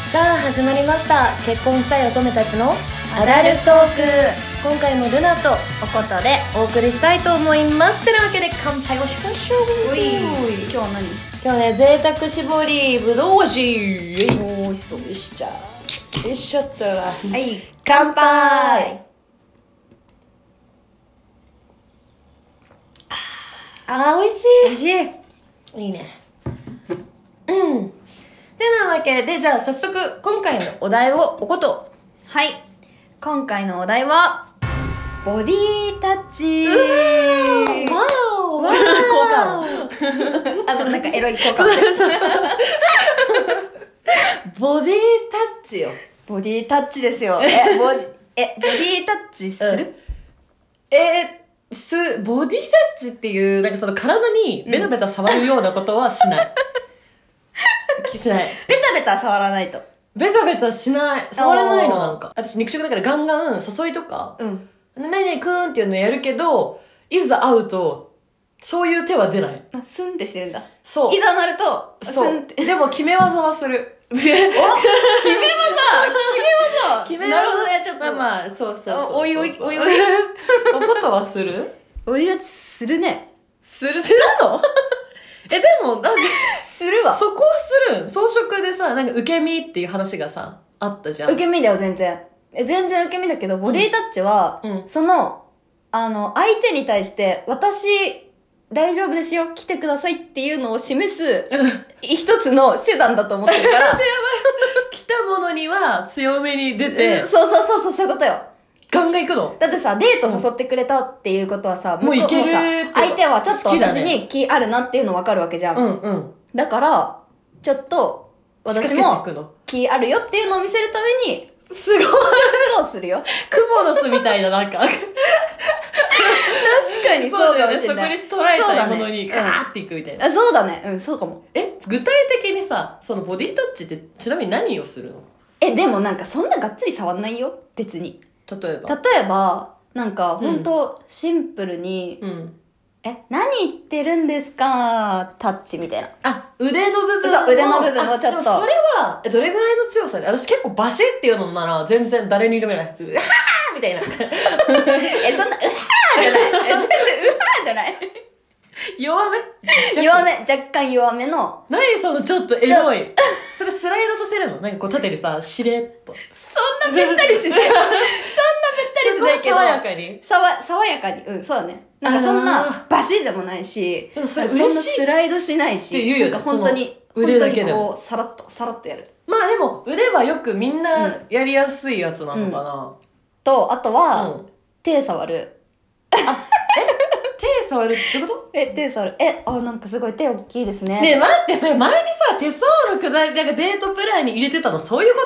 さあ始まりました。結婚したい乙女たちのアダルトーク。今回もルナとおことでお送りしたいと思います。てなわけで乾杯をしましょう。 おい今日は何？ 今日ね、贅沢搾りぶどう味。 おいしそう。 よし、じゃあよいしょっと。ははい乾杯。あー、美味しい。 美味しい。 いいね。うんてなわけで、じゃあ早速今回のお題をおこと。 はい、今回のお題はボディタッチ。 わおわなんかエロい効果でボディタッチよ。 ボディタッチですよ。ボディタッチする？ ボディタッチっていう、なんかその体にベタベタ触るようなことはしない。しない。 ベタベタ触らないと。 ベタベタしない。触らないの。なんか私肉食だからガンガン誘いとか、何々くーんっていうのやるけど、いざ会うとそういう手は出ない。 スンってしてるんだ。 そう。 いざなるとスそうンって。 でも決め技はする。 決め技なるほどね。ちょっとまあそうそうそう。 おいおいおことはする？ ボディタッチするね。 するの？でもなんでするわ。 そこはする。装飾でさ、なんか受け身っていう話がさあったじゃん。 受け身だよ全然。全然受け身だけど、ボディタッチは、その相手に対して私大丈夫ですよ来てくださいっていうのを示す一つの手段だと思ってるから。 来たものには強めに出て、 そういうことよ。 ガンガン行くの。 だってさ、デート誘ってくれたっていうことはさ、 もういけるって相手はちょっと私に気あるなっていうの分かるわけじゃん。だからちょっと私も気あるよっていうのを見せるためにすごいどうするよ。 クモの巣みたいな、なんか確かにそうかもしれない。 そこに捉えたいものにガーっていくみたいな。 そうだね。そうかも。 具体的にさ、そのボディタッチってちなみに何をするの？ でもなんかそんながっつり触んないよ別に。 例えばなんかほんとシンプルに、何言ってるんですかタッチみたいな。 腕の部分。 そう、腕の部分をちょっと。 でもそれはどれぐらいの強さで？私結構バシッっていうのなら全然誰にでもない。うわーみたいな。 そんなうわーじゃない。全然うわーじゃない。 弱め、 若干弱めの。 何そのちょっとエロい。それスライドさせるの？なんかこう縦にさ、しれっと。 そんなべったりしない。そんなべったりしないけど。 爽やかに。 爽やかに。そうだね。なんかそんなバシッでもないし、 でもそれそんなスライドしないし、 って言うよね。 なんか本当に腕だけでこうさらっとやる。 まあでも腕はよくみんなやりやすいやつなのかな。 と、あとは、手触る。 手触るってこと？ 手触る。なんかすごい手大きいですね。 ねえ待って、それ前にさ、手相のくだり、なんかデートプランに入れてたの、そういうこと？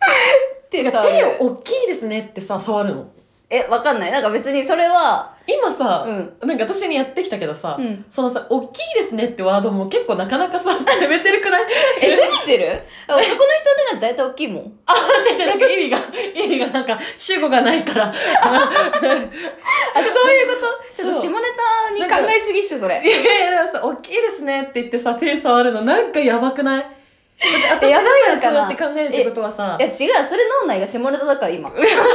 手大きいですねってさ、触るの？ わかんない。なんか別にそれは、 今さ、なんか私にやってきたけどさ、そのさ、大きいですねってワードも結構なかなかさ、攻めてるくない？ 攻めてる？男の人でなんか大体大きいもん。 違う、なんか意味がなんか主語がないから。 そういうこと？ちょっと下ネタに考えすぎっしょ、それ。 いやさ、大きいですねって言ってさ、手触るのなんかやばくない？私やばいのかな？ そうやって考えるってことはさ、 いや違う、それ脳内が下ネタだから今。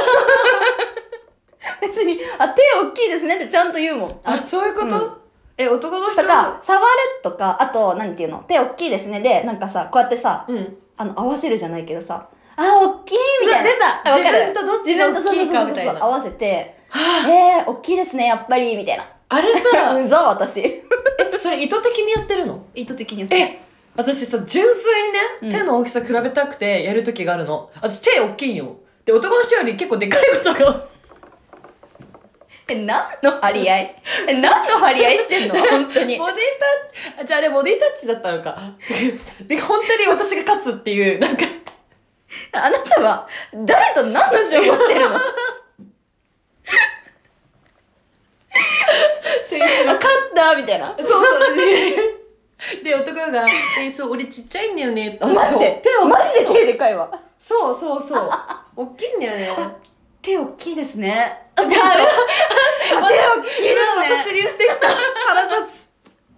別に、手大きいですねってちゃんと言うもん。 そういうこと？男の人とか、触るとか、あと、なんていうの？手大きいですねで、なんかさ、こうやってさ、合わせるじゃないけどさ、大きいみたいな。 出た！ わかる？ 自分とどっちが大きいかみたいな。 合わせて、大きいですね、やっぱり、みたいな。 あれさ、 うざ、私。 それ意図的にやってるの？ 意図的にやってる。 私さ、純粋にね、手の大きさ比べたくてやるときがあるの。私手大きいよ。で、男の人より結構でかいことが。 何の張り合い？何の張り合いしてんの？本当に。 ボディタッチ、じゃああれボディタッチだったのか。で、本当に私が勝つっていう、なんか。 あなたは、誰と何の勝負をしてるの？勝ったみたいな。 そう。で、男が、そう、俺ちっちゃいんだよね。ってマジで手でかいわ。 そう。大きいんだよね。 手大きいですね。手大きいですね。 私に言ってきた。腹立つ。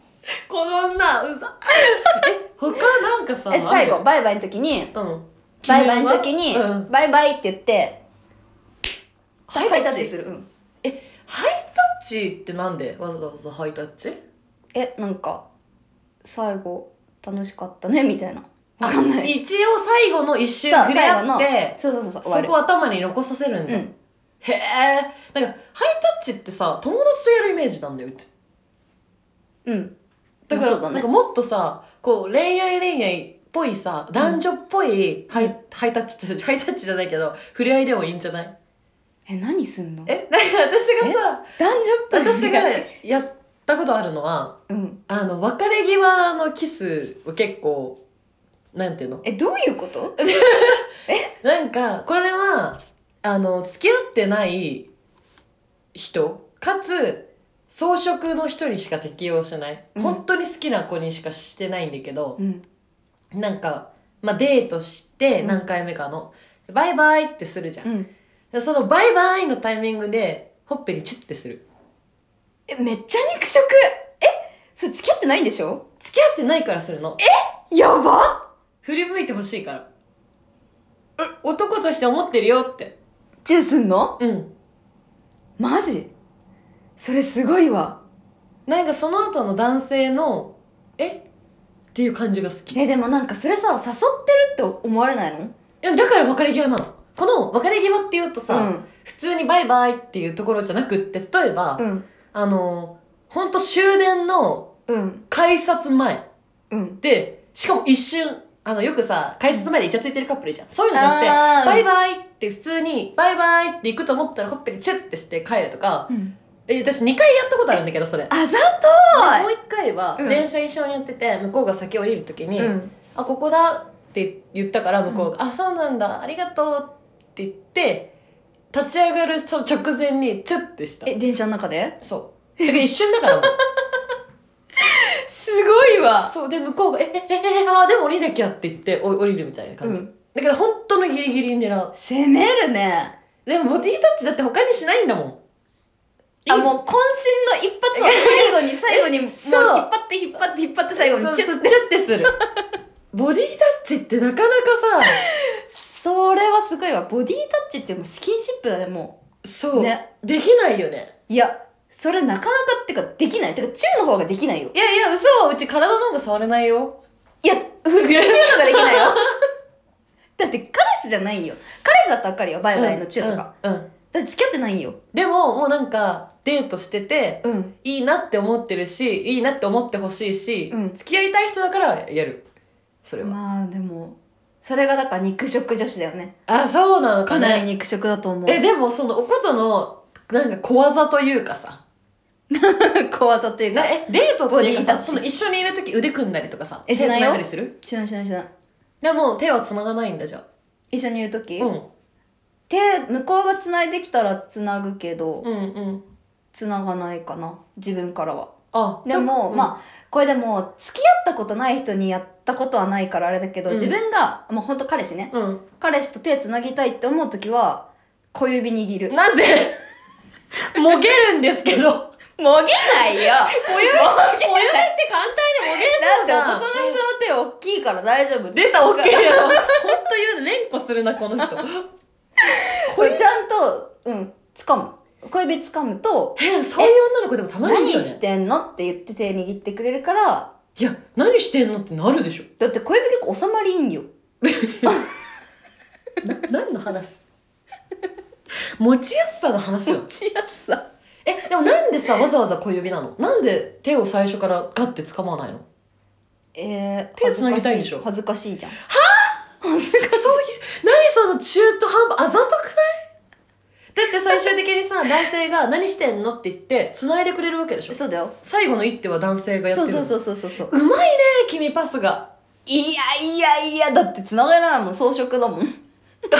この女うざ他なんかさ最後バイバイの時に、 うん、 バイバイの時に、 うん、 バイバイって言ってハイタッチする、うん、 ハイタッチってなんでわざわざハイタッチ？ なんか最後楽しかったねみたいな、わかんない。 一応最後の一瞬触れ合ってそうそこを頭に残させるんだ、うん、へえ。なんかハイタッチってさ友達とやるイメージなんだよって。 うん。 だから、ね、なんかもっとさこう恋愛っぽいさ男女っぽいハイタッチじゃないけど触れ合いでもいいんじゃない？ 何すんの？ なんか私がさ男女っぽい私がやったことあるのは、 うん、 別れ際のキスを結構なんていうの？ どういうこと？ なんかこれは付き合ってない人かつ草食の人にしか適用しない、うん、本当に好きな子にしかしてないんだけど、うん、なんか、まあ、デートして何回目かの、うん、バイバイってするじゃん、うん、そのバイバイのタイミングでほっぺにチュッてする。 めっちゃ肉食。それ付き合ってないんでしょ？ 付き合ってないからするの。 やば。 振り向いてほしいから。男として思ってるよって。 チューすんの？ うん。 マジ？それすごいわ。 なんかその後の男性のっていう感じが好き。 でもなんかそれさ、誘ってるって思われないの？ いやだから別れ際なの。この別れ際って言うとさ、うん、普通にバイバイっていうところじゃなくって、例えば、うん、ほんと終電の改札前、うん、でしかも一瞬よくさ改札前でイチャついてるカップルいるじゃん、そういうのじゃなくてバイバイって普通にバイバイって行くと思ったらほっぺにチュッてして帰るとか、うん、私2回やったことあるんだけど、それあざとい。 もう1回は電車一緒にやってて、向こうが先降りる時に、うん、あここだって言ったから向こうが、うん、あそうなんだありがとうって言って立ち上がるその直前にチュッてした。 電車の中で？ そうだから一瞬だからもうすごいわ。 そうで向こうがあでも降りなきゃって言って降りるみたいな感じ、うん、だから本当のギリギリに狙う。 攻めるね。 でもボディタッチだって他にしないんだもん。 もう渾身の一発を最後にもう引っ張って最後にチュッてするボディタッチってなかなかさそれはすごいわ。ボディタッチってもうスキンシップだね。もうそうね、できないよね。 いやそれなかなかってかできない。てかチューの方ができないよ。 いや嘘、うち体の方が触れないよ。 いや普通チューの方ができないよだって彼氏じゃないよ。彼氏だったら分かるよ、バイバイのチューとか、だって付き合ってないよ。 でももうなんかデートしてて、いいなって思ってるしいいなって思ってほしいし、付き合いたい人だからやる。それはまあでもそれがだから肉食女子だよね。 あ、そうなのかね。 かなり肉食だと思う。 でもそのおことのなんか小技というかさ小技っていうかデートっていうかさ、その一緒にいるとき腕組んだりとかさ、 しないよ。 手繋いだりする？ しない。 でも手は繋がないんだ。じゃあ一緒にいるとき、手向こうが繋いできたら繋ぐけど、繋がないかな自分からは。でも、まあこれでも付き合ったことない人にやったことはないからあれだけど、自分がもうほんと彼氏ね、彼氏と手繋ぎたいって思うときは小指握る。 なぜもげるんですけどもげないよ。 小指って簡単にもげそうじゃん。 だって男の人の手大きいから大丈夫。 出た、大きいよ。ほんと言うの連呼するなこの人これちゃんと掴む。小指掴むとそういう女の子でもたまにいるよね。 何してんのって言って手握ってくれるから。 いや何してんのってなるでしょ。 だって小指結構収まりいいんよ何の話持ちやすさの話よ。 持ちやすさ。 でもなんでさわざわざ小指なの？なんで手を最初からガッて掴まないの？手つなぎたいでしょ。 恥ずかしいじゃん。 恥ずかしい。何その中途半端、あざとくない？だって最終的にさ男性が何してんのって言って繋いでくれるわけでしょ。 そうだよ。 最後の一手は男性がやってるの。 そううまいね君パスが。 いやだって繋げないもん。装飾だもん装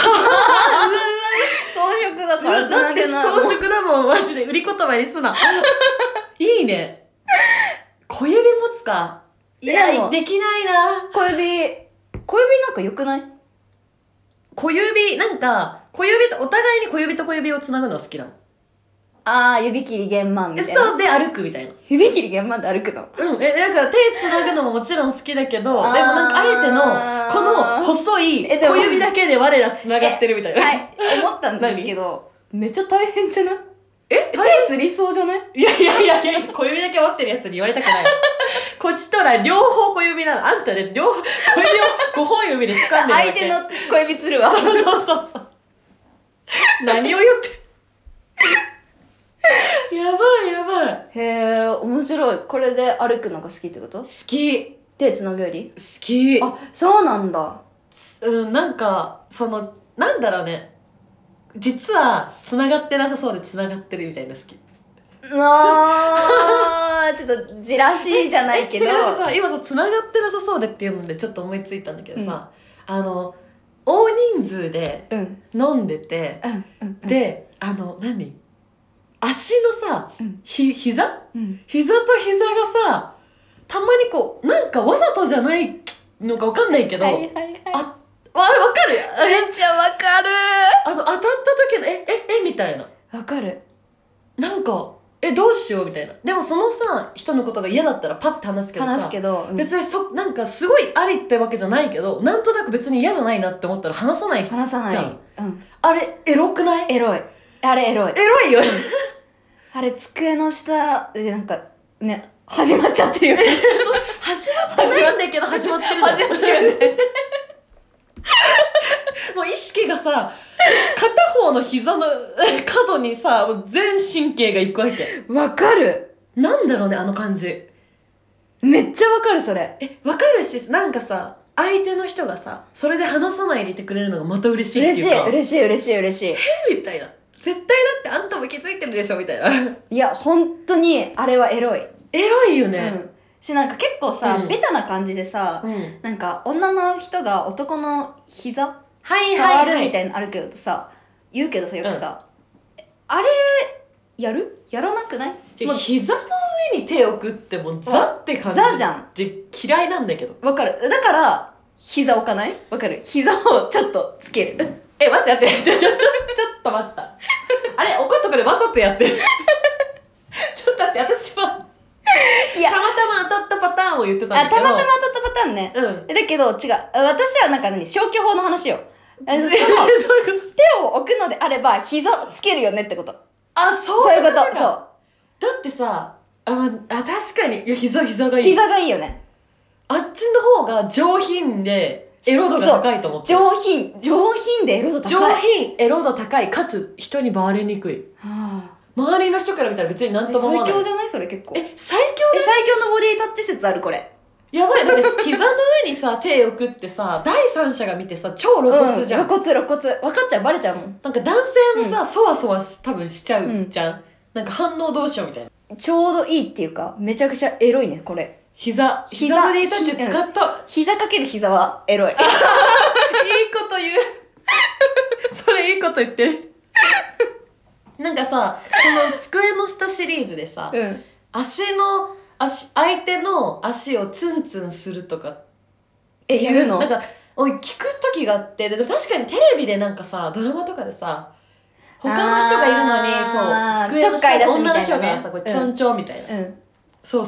飾だから繋げないもん。 装飾だもん。マジで売り言葉にすないいね。小指持つか。いやできないな。 小指なんか良くない？ 小指なんかお互いに小指と小指をつなぐのは好きなの。 指切り玄満みたいな。 そうで歩くみたいな。 指切り玄満で歩くの？ だから手繋ぐのももちろん好きだけど、でもなんかあえてのこの細い小指だけで我ら繋がってるみたいな。 はい、思ったんですけど、めっちゃ大変じゃない？ 手つりそうじゃない？ いや、小指だけ持ってるやつに言われたくない。こっちとら両方小指なの。あんたね、両方、小指を5本指で掴んでるわけ。 相手の小指つるわ。 そう。何を言ってやばい。 へえ、面白い。これで歩くのが好きってこと？ 好き。 手つなぐより？ 好き。 そうなんだ。 なんか、なんだろうね。実は、繋がってなさそうで繋がってるみたいな好き。 ちょっと、じらしいじゃないけど。 今さ、繋がってなさそうでっていうのでちょっと思いついたんだけどさ、大人数で飲んでて、で、足のさ、膝と膝がさ、たまにこう、なんかわざとじゃないのかわかんないけど、わかる？ めっちゃわかる。 当たった時の、みたいな。 わかる。 なんか、どうしようみたいな。でもそのさ、人のことが嫌だったらパッて話すけどさ、別になんかすごいありってわけじゃないけど、なんとなく別に嫌じゃないなって思ったら話さないじゃん。あれ、エロくない？ エロい。あれエロい。 エロいよ。 あれ、机の下でなんか、ね、始まっちゃってるよね。 始まってないんだけど始まってる。始まってるよね。もう意識がさ、片方の膝の角にさ、もう全神経がいくわけ。 わかる。 なんだろうね、あの感じ。 めっちゃわかる、それ。 わかるし、なんかさ、相手の人がさ、それで話さないでいてくれるのがまた嬉しいっていうか。 嬉しい。 みたいな。絶対だってあんたも気づいてるでしょみたいな。 いや、本当に、あれはエロい。 エロいよね。 なんか結構さ、ベタな感じでさ、なんか女の人が男の膝触るみたいなのあるけどさ、言うけどさ、よくさ、あれ、やらなくない？ 膝の上に手を置くってもうザって感じ。 ザじゃん。 って嫌いなんだけど。 わかる。だから、膝置かない？わかる。膝をちょっとつける。 待って。ちょっと待った。あれ、怒っとこでわざとやってる。ちょっと待って、私は。いや、たまたま当たったパターンを言ってたんだけど。 たまたま当たったパターンね。だけど、違う。私はなんか消去法の話よ。手を置くのであれば、膝をつけるよねってこと。そういうこと。そう。だってさ、確かに。いや、膝がいい。 膝がいいよね。 あっちの方が上品で、エロ度が高いと思ってる。 上品でエロ度高い。 上品、エロ度高い、かつ人にバレにくい。周りの人から見たら別になんとも思わない。 最強じゃない？それ結構。 最強？ 最強のボディタッチ説あるこれ。 やばい。だって膝の上にさ、手を置くってさ、第三者が見てさ、超露骨じゃん。 露骨。分かっちゃう、バレちゃうもん。 なんか男性もさ、そわそわ多分しちゃうじゃん。なんか反応どうしようみたいな。 ちょうどいいっていうか、めちゃくちゃエロいね、これ。 膝ボディタッチ使った。 膝かける膝はエロい。いいこと言う。それいいこと言ってる。なんかさ、この机の下シリーズでさ、相手の足をツンツンするとかやるの？ なんか、聞く時があって、でも確かにテレビでなんかさ、ドラマとかでさ、他の人がいるのに、机の下で女の人がさ、こうちょんちょんみたいな。そう。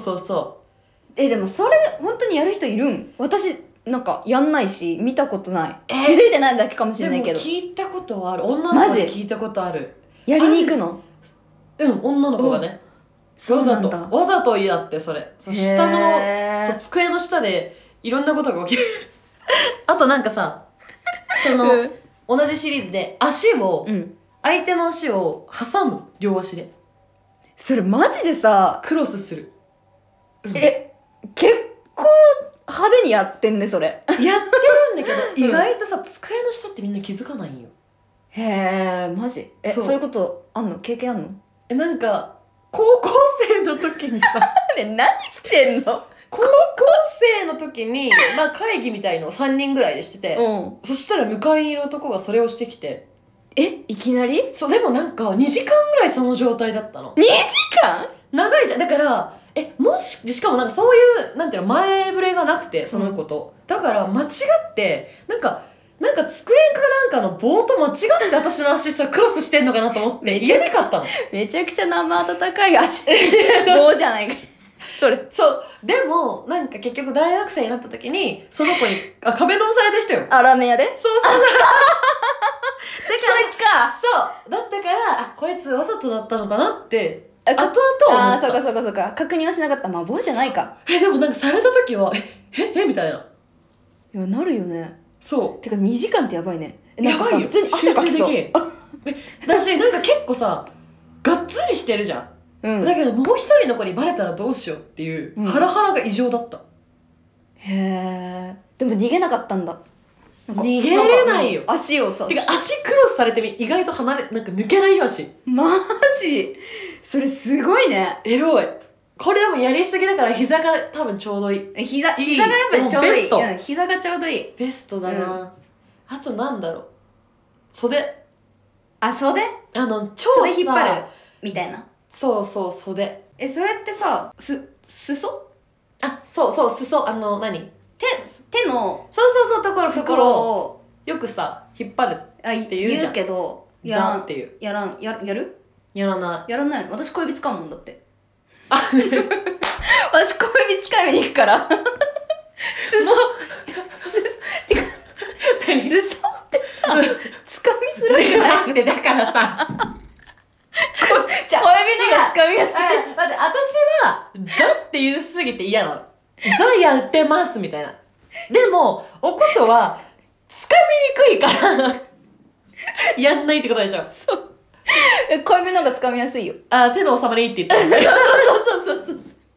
でもそれ本当にやる人いるん？私なんかやんないし見たことない。気づいてないだけかもしれないけど。 でも聞いたことはある。女の子で聞いたことある。 やりに行くの？ 女の子がね。わざとやってそれ。下の机の下でいろんなことが起きる。あとなんかさ、同じシリーズで相手の足を挟む、両足で。 それマジでさ、 クロスする。 結構派手にやってんね、それ。 やってるんだけど、意外とさ、机の下ってみんな気づかないんよ。 へー、マジ？そういうことあんの？経験あんの？ なんか、高校生の時にさ、 何してんの？ 高校生の時に、会議みたいのを3人ぐらいでしてて、そしたら向かいにいる男がそれをしてきて、 いきなり？ そう、でもなんか2時間ぐらいその状態だったの。 2時間？ 長いじゃん。だから、しかもなんかそういう、なんていうの、前触れがなくて、その子と。だから間違って、なんかなんか机かなんかの棒と間違って私の足さ、クロスしてんのかなと思って言えなかったの。 めちゃくちゃ生温かい足。棒じゃないか。それ。 そう。でも、なんか結局大学生になった時に、その子に、壁ドンされた人よ。 ラーメン屋で？ そうそう。だからそいつか。 そう。だったから、こいつわざとだったのかなって、後々思った。 そうか。確認はしなかった。まあ、覚えてないか。 でもなんかされた時は、みたいな。 いや、なるよね。 そう。 てか2時間ってやばいね。 なんかさ、普通に汗かきそう。だし、なんか結構さ、がっつりしてるじゃん。だけどもう一人の子にバレたらどうしようっていう、ハラハラが異常だった。 へー。でも逃げなかったんだ。 逃げれないよ。 足をさ。 てか足クロスされて意外となんか抜けないよ足。 マジ？それすごいね。 エロい。これでもやりすぎだから膝が多分ちょうどいい。 膝がやっぱりちょうどいい。膝がちょうどいい。 ベストだな。あとなんだろう。袖。 袖？ 超袖引っ張るみたいな。 そう袖。それってさ、裾？ そう、裾。何？ 手のそうところをよくさ引っ張るって言うじゃん。 言うけどやらんっていう。 やる？ やらない。 やらないの？私小指使うもんだって。私小指使い目に行くから。てか裾ってさ、つかみづらくない？ ってだからさ。 じゃあ小指のがつかみやすい。 待って、私はザって言いすぎて嫌なの。ザやってますみたいな。でもおことはつかみにくいからやんないってことでしょ。 そう。小指の方がつかみやすいよ。 手の収まりって言ったの。そう。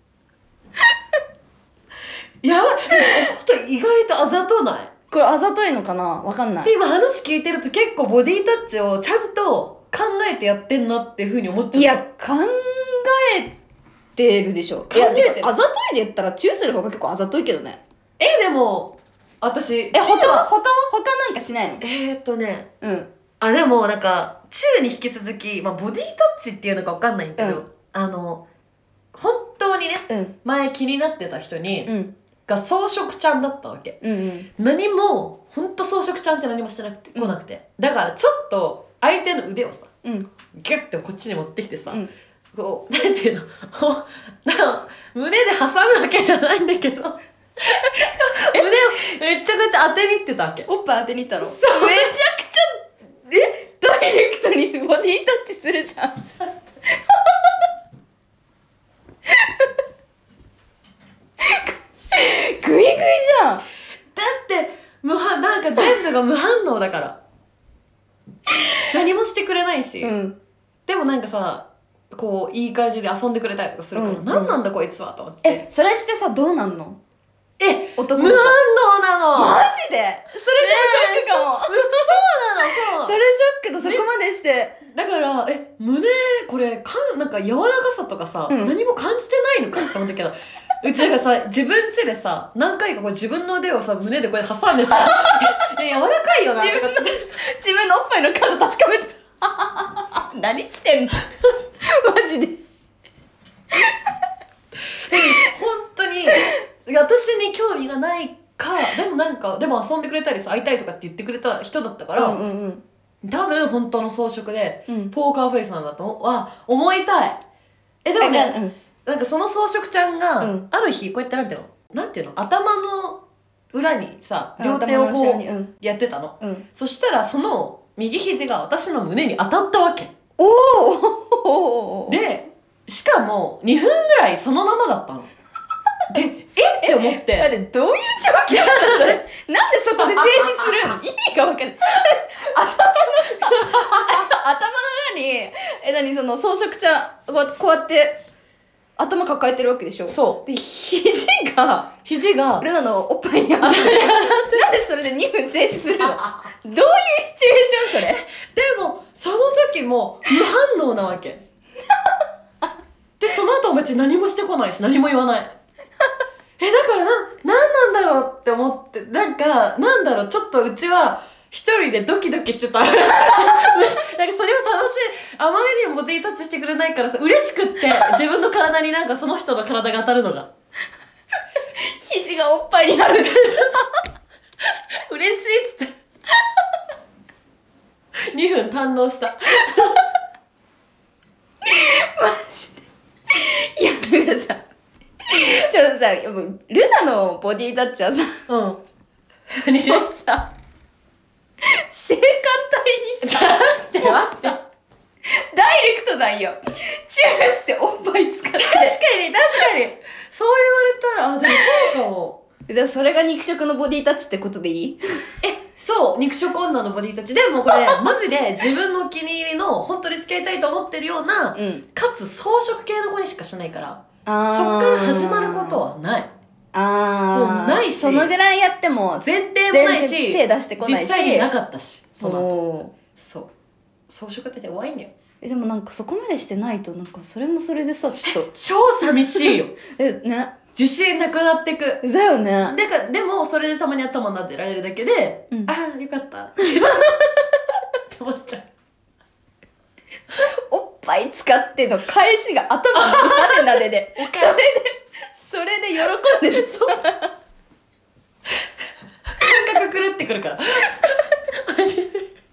やばい。おこと意外とあざとない？ これあざといのかな？わかんない。 今話聞いてると結構ボディタッチをちゃんと考えてやってんなっていう風に思っちゃった。 いや、考えてるでしょ。 考えてる。 あざといで言ったらチューする方が結構あざといけどね。 でも私他なんかしないの？ うん。でもなんかチューに引き続き、ボディタッチっていうのかわかんないけど、本当にね、前気になってた人に、が草食ちゃんだったわけ。何も本当草食ちゃんって何もしてなくて、来なくて、だからちょっと相手の腕をさ、ギュッてこっちに持ってきてさ、こうなんていうの、胸で挟むわけじゃないんだけど胸をめっちゃこうやって当てにいってたわけ。 おっぱい当てにいったの？ そう。 めちゃくちゃダイレクトにボディタッチするじゃん。グイグイじゃん。 だってなんか全部が無反応だから何もしてくれないし、でもなんかさ、こういい感じで遊んでくれたりとかするから、何なんだこいつはと思って。 それしてさ、どうなんの？ 男無反応なの。 マジで？それでショックかも。 そうなの。 それショックだ。そこまでして。 だから胸これなんか柔らかさとかさ、何も感じてないのかって思ったけど、うちがさ、自分家でさ、何回かこう自分の腕をさ、胸でこうやって挟んでさ柔らかいよなとかって自分のおっぱいの数確かめて何してんのマジで本当に私に興味がないか、でも遊んでくれたりさ、会いたいとかって言ってくれた人だったから、多分本当の装飾で、ポーカーフェイスなんだとは思いたい。でもね、なんかその装飾ちゃんが、ある日こうやってなんていうの頭の裏にさ、両手をこうやってたの。そしたらその右肘が私の胸に当たったわけ。で、しかも2分ぐらいそのままだったの。で、って思って。 待って、どういう状況なのそれ。なんでそこで静止するの？意味がわかんない。頭の裏に、その装飾ちゃん、こうやって、頭抱えてるわけでしょ？ そう。 で、肘が、ルナのおっぱいに当たって、なんでそれで2分静止するの？どういうシチュエーションそれ？ でも、その時も無反応なわけ。で、その後別に何もしてこないし、何も言わない。だからなんなんだろうって思って、ちょっとうちは一人でドキドキしてた。なんかそれを楽しい、あまりにもボディタッチしてくれないからさ、嬉しくって自分の体になんかその人の体が当たるのが肘がおっぱいになる。 嬉しいっつって 2分堪能した。マジで。いや、だからさ、ちょっとさ、やっぱルナのボディタッチはさ、 何でもうさ、性感帯にさ、 待って待って。 ダイレクトなんよ。チューしておっぱい使って。確かに。 そう言われたら、でもそうかも。 でもそれが肉食のボディタッチってことでいい？ そう、肉食女のボディタッチ。でもこれ、マジで自分のお気に入りの、本当に付き合いたいと思ってるような、かつ装飾系の子にしかしないから、そっから始まることはない。もうないし、 そのぐらいやっても、 前提もないし、 手出してこないし、 実際になかったし、その後。 そう。装飾って弱いんだよ。 でもなんかそこまでしてないと、なんかそれもそれでさ、ちょっと。 超寂しいよ。ね。自信なくなってく。 だよね。 でも、それでたまに頭になってられるだけで、ああ、よかった。って思っちゃう。 おっぱい使っての返しが頭のなでなでで。それで喜んでる。そう。感覚狂ってくるから。マジで。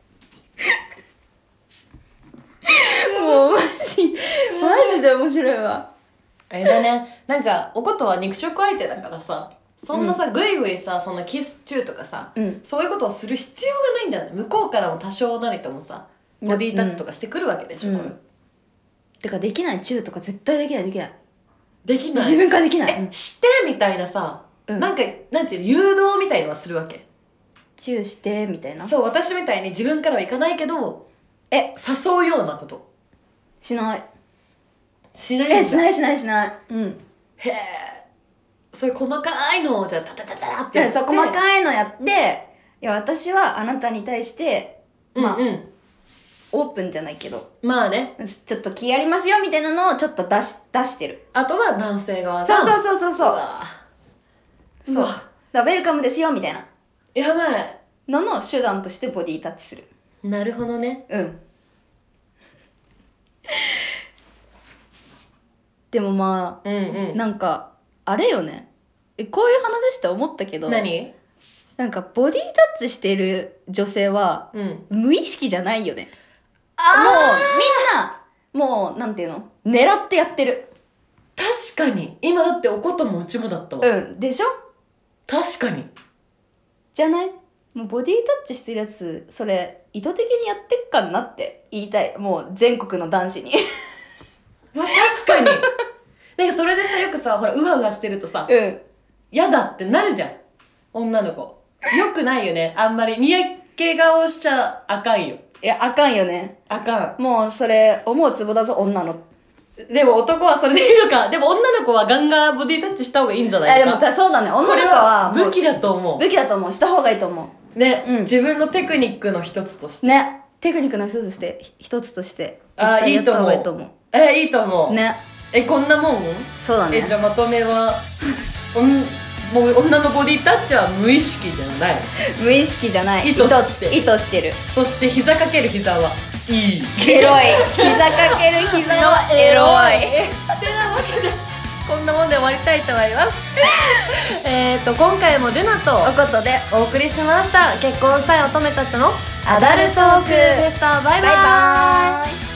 もうマジで面白いわ。 あれだね、なんかおことは肉食相手だからさ、そんなさ、ぐいぐいさ、そんなキスチューとかさ、そういうことをする必要がないんだよね。向こうからも多少なりともさ、ボディタッチとかしてくるわけでしょ、多分。 てかできない、チューとか絶対できない。 できない。 自分からできない。 してみたいなさ、なんか、なんていうの、誘導みたいのはするわけ。 チューしてみたいな。 そう、私みたいに自分からはいかないけど、誘うようなこと。 しない。 しないんだ。 しない。 へえ。そういう細かいのをじゃあタタタタってやって。 そう、細かいのやって、いや、私はあなたに対して、まあ、オープンじゃないけど。 まあね。 ちょっと気ありますよみたいなのをちょっと出してる。 あとは男性側が。 そう。 そう。 ウェルカムですよみたいな。 やばい。 の手段としてボディタッチする。 なるほどね。 でもまあ、なんかあれよね、こういう話して思ったけど、 何？ なんかボディタッチしてる女性は、無意識じゃないよね。もうみんなもうなんていうの、狙ってやってる。 確かに。今だっておこともうちもだったわ。 でしょ。確かに。 じゃない？もうボディタッチしてるやつ、それ意図的にやってっかんなって言いたい。もう全国の男子に。 確かに。なんかそれでさ、よくさ、ほら、うわうわしてるとさ、嫌だってなるじゃん。女の子。よくないよね。あんまり、にやけ顔しちゃあかんよ。 いや、あかんよね。 あかん。もう、それ、思うツボだぞ、女の。 でも男はそれでいいのか。でも女の子はガンガンボディタッチした方がいいんじゃないか。 でもそうだね。女の子は武器だと思う。 武器だと思う。した方がいいと思う。ね。自分のテクニックの一つとして。 ね。テクニックの一つとして。 いいと思う。 いいと思う。 いいと思う。 ね。 こんなもん？ そうだね。 じゃあまとめはもう女のボディタッチは無意識じゃない。 無意識じゃない。 意図してる。 そして膝かける膝はいい。 エロい。膝かける膝はエロい。 てなわけでこんなもんで終わりたいと思います。今回もルナとおことでお送りしました。結婚したい乙女たちのアダルトークでした。バイバイ。